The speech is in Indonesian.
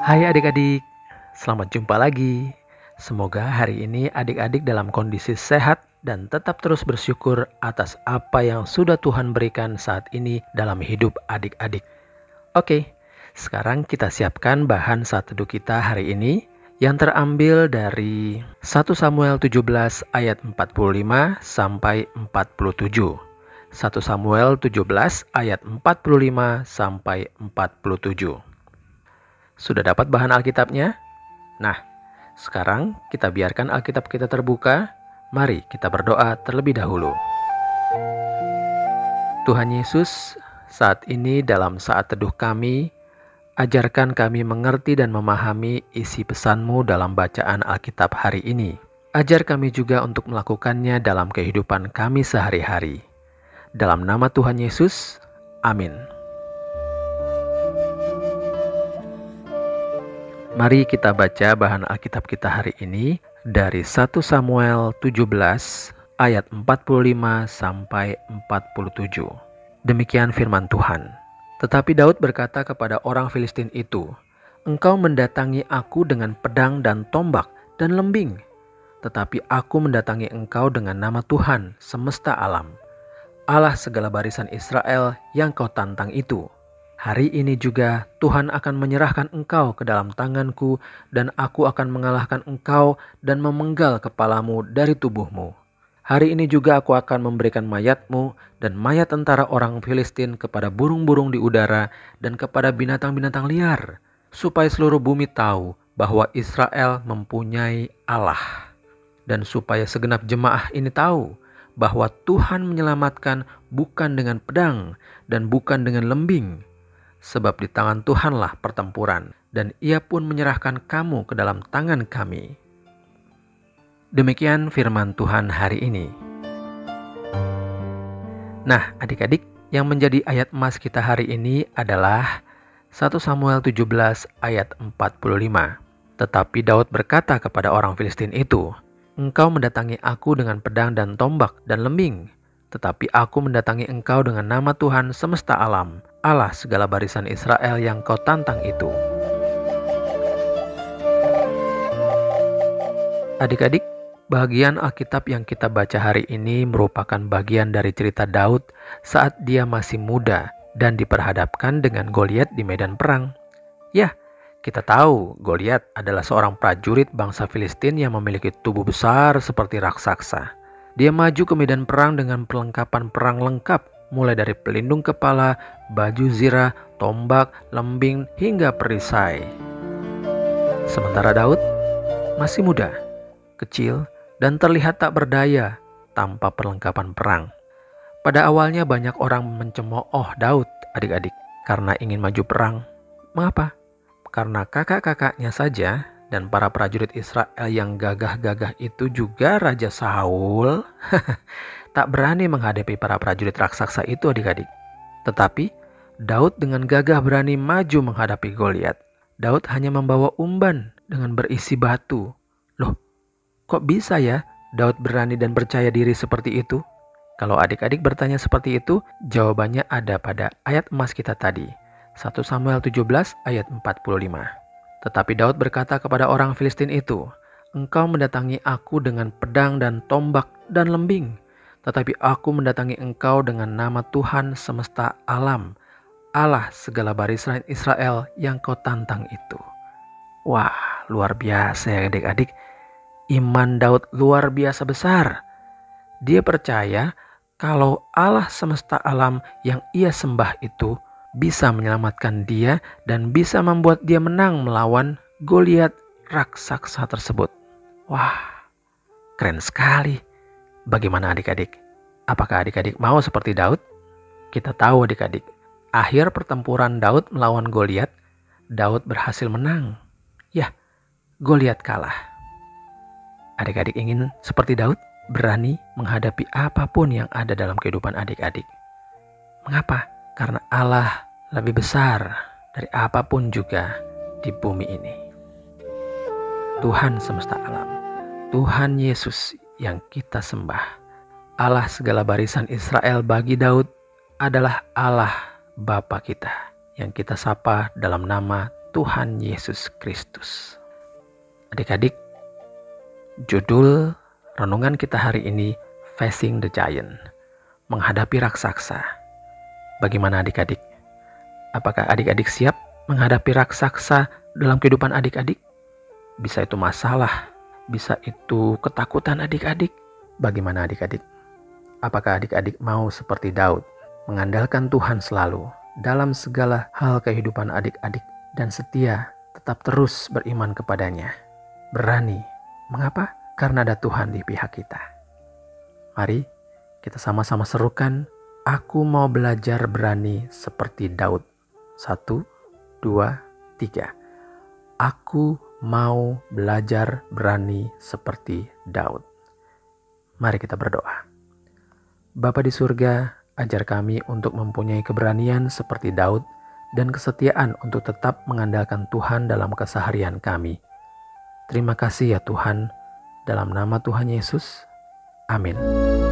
Hai adik-adik, selamat jumpa lagi. Semoga hari ini adik-adik dalam kondisi sehat dan tetap terus bersyukur atas apa yang sudah Tuhan berikan saat ini dalam hidup adik-adik. Oke, sekarang kita siapkan bahan saat teduh kita hari ini yang terambil dari 1 Samuel 17 ayat 45 sampai 47. 1 Samuel 17 ayat 45 sampai 47. Sudah dapat bahan Alkitabnya? Nah, sekarang kita biarkan Alkitab kita terbuka. Mari kita berdoa terlebih dahulu. Tuhan Yesus, saat ini dalam saat teduh kami, ajarkan kami mengerti dan memahami isi pesan-Mu dalam bacaan Alkitab hari ini. Ajar kami juga untuk melakukannya dalam kehidupan kami sehari-hari. Dalam nama Tuhan Yesus, amin. Mari kita baca bahan Alkitab kita hari ini dari 1 Samuel 17 ayat 45 sampai 47. Demikian firman Tuhan. Tetapi Daud berkata kepada orang Filistin itu, "Engkau mendatangi aku dengan pedang dan tombak dan lembing, tetapi aku mendatangi engkau dengan nama Tuhan semesta alam, Allah segala barisan Israel yang kau tantang itu. Hari ini juga Tuhan akan menyerahkan engkau ke dalam tanganku dan aku akan mengalahkan engkau dan memenggal kepalamu dari tubuhmu. Hari ini juga aku akan memberikan mayatmu dan mayat tentara orang Filistin kepada burung-burung di udara dan kepada binatang-binatang liar, supaya seluruh bumi tahu bahwa Israel mempunyai Allah. Dan supaya segenap jemaah ini tahu bahwa Tuhan menyelamatkan bukan dengan pedang dan bukan dengan lembing, sebab di tangan Tuhanlah pertempuran, dan Ia pun menyerahkan kamu ke dalam tangan kami." Demikian firman Tuhan hari ini. Nah, adik-adik, yang menjadi ayat emas kita hari ini adalah 1 Samuel 17 ayat 45. Tetapi Daud berkata kepada orang Filistin itu, "Engkau mendatangi aku dengan pedang dan tombak dan lembing, tetapi aku mendatangi engkau dengan nama Tuhan semesta alam, Allah segala barisan Israel yang kau tantang itu." Adik-adik, bagian Alkitab yang kita baca hari ini merupakan bagian dari cerita Daud saat dia masih muda dan diperhadapkan dengan Goliat di medan perang. Ya, kita tahu Goliat adalah seorang prajurit bangsa Filistin yang memiliki tubuh besar seperti raksasa. Dia maju ke medan perang dengan perlengkapan perang lengkap, mulai dari pelindung kepala, baju zirah, tombak, lembing, hingga perisai. Sementara Daud masih muda, kecil, dan terlihat tak berdaya tanpa perlengkapan perang. Pada awalnya banyak orang mencemooh Daud, adik-adik, karena ingin maju perang. Mengapa? Karena kakak-kakaknya saja dan para prajurit Israel yang gagah-gagah itu, juga Raja Saul tak berani menghadapi para prajurit raksasa itu, adik-adik. Tetapi Daud dengan gagah berani maju menghadapi Goliat. Daud hanya membawa umban dengan berisi batu. Loh, kok bisa ya Daud berani dan percaya diri seperti itu? Kalau adik-adik bertanya seperti itu, jawabannya ada pada ayat emas kita tadi, 1 Samuel 17 ayat 45. Tetapi Daud berkata kepada orang Filistin itu, "Engkau mendatangi aku dengan pedang dan tombak dan lembing, tetapi aku mendatangi engkau dengan nama Tuhan semesta alam, Allah segala barisan Israel yang kau tantang itu." Wah, luar biasa ya adik-adik. Iman Daud luar biasa besar. Dia percaya kalau Allah semesta alam yang ia sembah itu bisa menyelamatkan dia dan bisa membuat dia menang melawan Goliat raksasa tersebut. Wah, keren sekali. Bagaimana adik-adik? Apakah adik-adik mau seperti Daud? Kita tahu adik-adik, akhir pertempuran Daud melawan Goliat, Daud berhasil menang. Ya, Goliat kalah. Adik-adik ingin seperti Daud, berani menghadapi apapun yang ada dalam kehidupan adik-adik. Mengapa? Karena Allah lebih besar dari apapun juga di bumi ini. Tuhan semesta alam, Tuhan Yesus yang kita sembah, Allah segala barisan Israel bagi Daud adalah Allah Bapa kita yang kita sapa dalam nama Tuhan Yesus Kristus. Adik-adik, judul renungan kita hari ini Facing the Giant, menghadapi raksasa. Bagaimana adik-adik? Apakah adik-adik siap menghadapi raksasa dalam kehidupan adik-adik? Bisa itu masalah, bisa itu ketakutan adik-adik. Bagaimana adik-adik? Apakah adik-adik mau seperti Daud, mengandalkan Tuhan selalu dalam segala hal kehidupan adik-adik dan setia tetap terus beriman kepadanya? Berani. Mengapa? Karena ada Tuhan di pihak kita. Mari kita sama-sama serukan, aku mau belajar berani seperti Daud. 1, 2, 3. Aku mau belajar berani seperti Daud. Mari kita berdoa. Bapa di surga, ajar kami untuk mempunyai keberanian seperti Daud dan kesetiaan untuk tetap mengandalkan Tuhan dalam keseharian kami. Terima kasih ya Tuhan, dalam nama Tuhan Yesus. Amin.